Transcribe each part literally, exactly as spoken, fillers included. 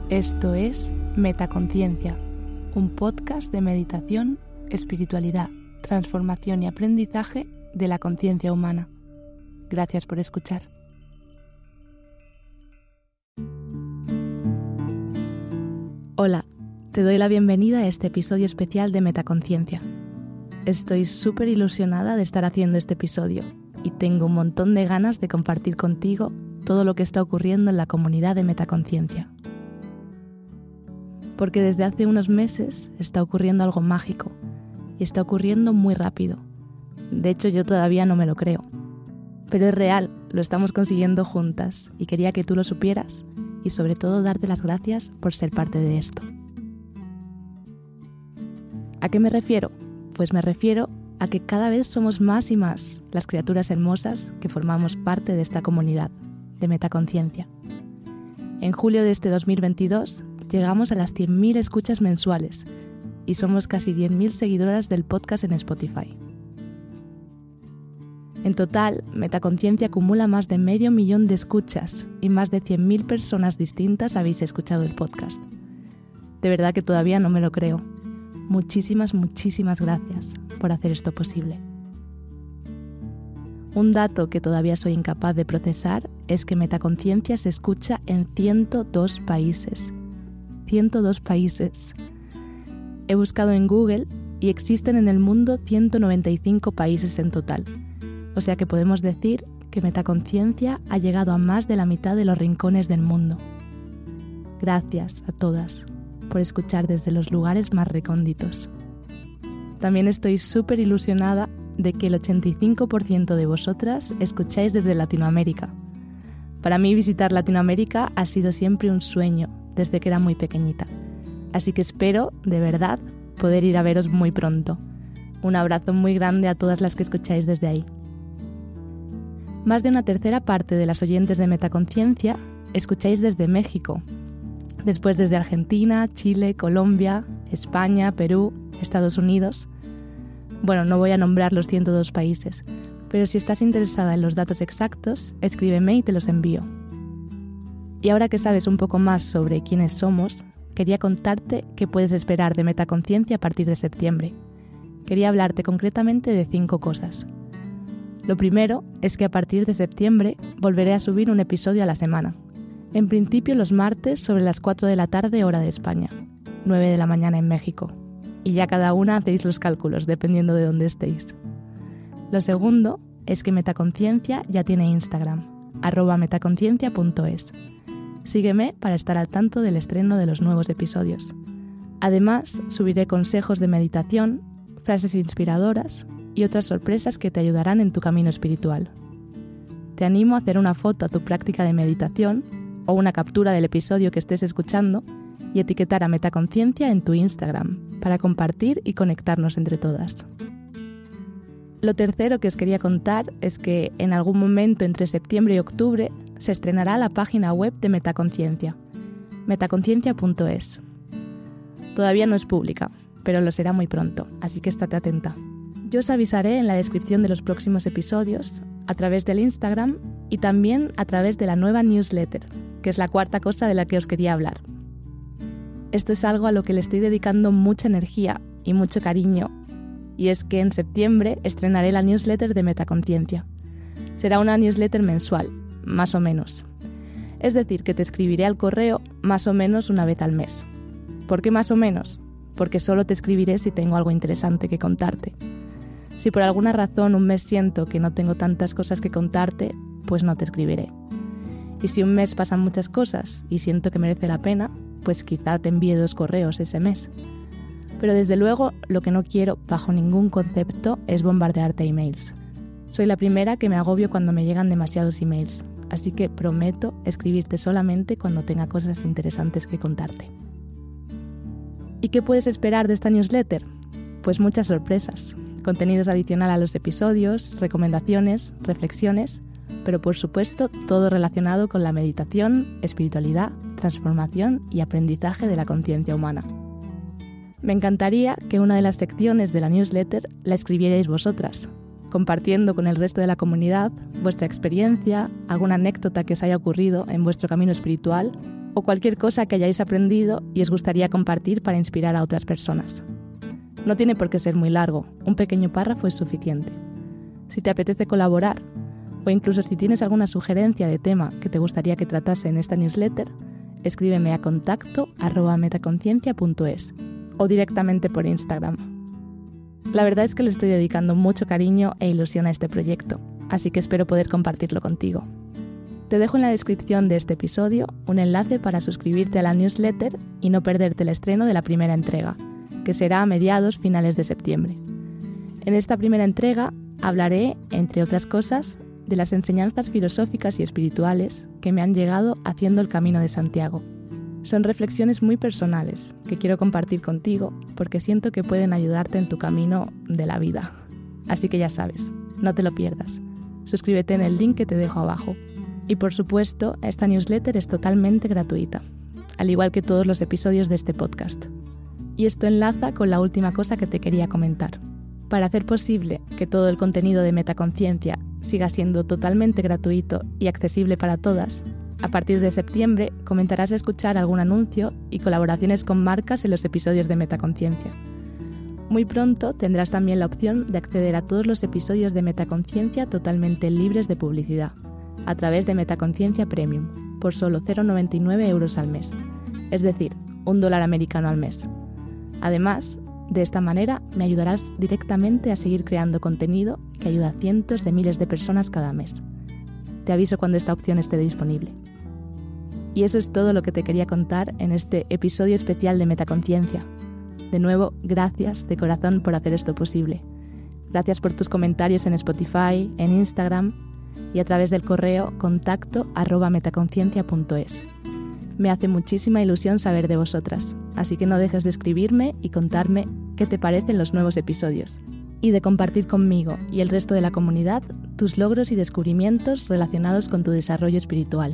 Esto es Metaconciencia, un podcast de meditación, espiritualidad, transformación y aprendizaje de la conciencia humana. Gracias por escuchar. Hola, te doy la bienvenida a este episodio especial de Metaconciencia. Estoy súper ilusionada de estar haciendo este episodio y tengo un montón de ganas de compartir contigo todo lo que está ocurriendo en la comunidad de Metaconciencia. Porque desde hace unos meses está ocurriendo algo mágico y está ocurriendo muy rápido. De hecho, yo todavía no me lo creo. Pero es real, lo estamos consiguiendo juntas y quería que tú lo supieras y sobre todo darte las gracias por ser parte de esto. ¿A qué me refiero? Pues me refiero a que cada vez somos más y más las criaturas hermosas que formamos parte de esta comunidad de Metaconciencia. En julio de este dos mil veintidós llegamos a las cien mil escuchas mensuales y somos casi diez mil seguidoras del podcast en Spotify. En total, Metaconciencia acumula más de medio millón de escuchas y más de cien mil personas distintas habéis escuchado el podcast. De verdad que todavía no me lo creo. Muchísimas, muchísimas gracias por hacer esto posible. Un dato que todavía soy incapaz de procesar es que Metaconciencia se escucha en ciento dos países. ciento dos países. He buscado en Google y existen en el mundo ciento noventa y cinco países en total. O sea que podemos decir que Metaconciencia ha llegado a más de la mitad de los rincones del mundo. Gracias a todas por escuchar desde los lugares más recónditos. También estoy súper ilusionada de que el ochenta y cinco por ciento de vosotras escucháis desde Latinoamérica. Para mí visitar Latinoamérica ha sido siempre un sueño desde que era muy pequeñita. Así que espero, de verdad, poder ir a veros muy pronto. Un abrazo muy grande a todas las que escucháis desde ahí. Más de una tercera parte de las oyentes de Metaconciencia escucháis desde México. Después desde Argentina, Chile, Colombia, España, Perú, Estados Unidos. Bueno, no voy a nombrar los ciento dos países, pero si estás interesada en los datos exactos, escríbeme y te los envío. Y ahora que sabes un poco más sobre quiénes somos, quería contarte qué puedes esperar de Metaconciencia a partir de septiembre. Quería hablarte concretamente de cinco cosas. Lo primero es que a partir de septiembre volveré a subir un episodio a la semana. En principio los martes sobre las cuatro de la tarde hora de España, nueve de la mañana en México. Y ya cada una hacéis los cálculos dependiendo de dónde estéis. Lo segundo es que Metaconciencia ya tiene Instagram, arroba metaconciencia punto es. Sígueme para estar al tanto del estreno de los nuevos episodios. Además, subiré consejos de meditación, frases inspiradoras y otras sorpresas que te ayudarán en tu camino espiritual. Te animo a hacer una foto a tu práctica de meditación o una captura del episodio que estés escuchando y etiquetar a Metaconciencia en tu Instagram para compartir y conectarnos entre todas. Lo tercero que os quería contar es que en algún momento entre septiembre y octubre se estrenará la página web de Metaconciencia, metaconciencia punto es. Todavía no es pública, pero lo será muy pronto, así que estate atenta. Yo os avisaré en la descripción de los próximos episodios, a través del Instagram y también a través de la nueva newsletter, que es la cuarta cosa de la que os quería hablar. Esto es algo a lo que le estoy dedicando mucha energía y mucho cariño, y es que en septiembre estrenaré la newsletter de Metaconciencia. Será una newsletter mensual, más o menos. Es decir, que te escribiré al correo más o menos una vez al mes. ¿Por qué más o menos? Porque solo te escribiré si tengo algo interesante que contarte. Si por alguna razón un mes siento que no tengo tantas cosas que contarte, pues no te escribiré. Y si un mes pasan muchas cosas y siento que merece la pena, pues quizá te envíe dos correos ese mes. Pero desde luego lo que no quiero bajo ningún concepto es bombardearte emails. Soy la primera que me agobio cuando me llegan demasiados emails, así que prometo escribirte solamente cuando tenga cosas interesantes que contarte. ¿Y qué puedes esperar de esta newsletter? Pues muchas sorpresas, contenidos adicionales a los episodios, recomendaciones, reflexiones, pero por supuesto todo relacionado con la meditación, espiritualidad, transformación y aprendizaje de la conciencia humana. Me encantaría que una de las secciones de la newsletter la escribierais vosotras, compartiendo con el resto de la comunidad vuestra experiencia, alguna anécdota que os haya ocurrido en vuestro camino espiritual o cualquier cosa que hayáis aprendido y os gustaría compartir para inspirar a otras personas. No tiene por qué ser muy largo, un pequeño párrafo es suficiente. Si te apetece colaborar, o incluso si tienes alguna sugerencia de tema que te gustaría que tratase en esta newsletter, escríbeme a contacto arroba metaconciencia punto es o directamente por Instagram. La verdad es que le estoy dedicando mucho cariño e ilusión a este proyecto, así que espero poder compartirlo contigo. Te dejo en la descripción de este episodio un enlace para suscribirte a la newsletter y no perderte el estreno de la primera entrega, que será a mediados finales de septiembre. En esta primera entrega hablaré, entre otras cosas, de las enseñanzas filosóficas y espirituales que me han llegado haciendo el Camino de Santiago. Son reflexiones muy personales que quiero compartir contigo porque siento que pueden ayudarte en tu camino de la vida. Así que ya sabes, no te lo pierdas. Suscríbete en el link que te dejo abajo. Y por supuesto, esta newsletter es totalmente gratuita, al igual que todos los episodios de este podcast. Y esto enlaza con la última cosa que te quería comentar. Para hacer posible que todo el contenido de Metaconciencia siga siendo totalmente gratuito y accesible para todas, a partir de septiembre comenzarás a escuchar algún anuncio y colaboraciones con marcas en los episodios de Metaconciencia. Muy pronto tendrás también la opción de acceder a todos los episodios de Metaconciencia totalmente libres de publicidad, a través de Metaconciencia Premium, por solo cero coma noventa y nueve euros al mes, es decir, un dólar americano al mes. Además, de esta manera me ayudarás directamente a seguir creando contenido que ayuda a cientos de miles de personas cada mes. Te aviso cuando esta opción esté disponible. Y eso es todo lo que te quería contar en este episodio especial de Metaconciencia. De nuevo, gracias de corazón por hacer esto posible. Gracias por tus comentarios en Spotify, en Instagram y a través del correo contacto arroba metaconciencia punto es. Me hace muchísima ilusión saber de vosotras, así que no dejes de escribirme y contarme qué te parecen los nuevos episodios y de compartir conmigo y el resto de la comunidad tus logros y descubrimientos relacionados con tu desarrollo espiritual.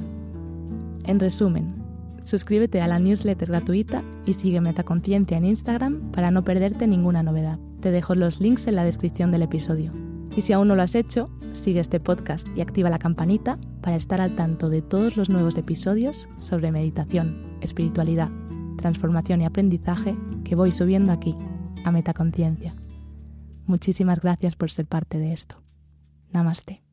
En resumen, suscríbete a la newsletter gratuita y sigue Metaconciencia en Instagram para no perderte ninguna novedad. Te dejo los links en la descripción del episodio. Y si aún no lo has hecho, sigue este podcast y activa la campanita para estar al tanto de todos los nuevos episodios sobre meditación, espiritualidad, transformación y aprendizaje que voy subiendo aquí, a Metaconciencia. Muchísimas gracias por ser parte de esto. Namaste.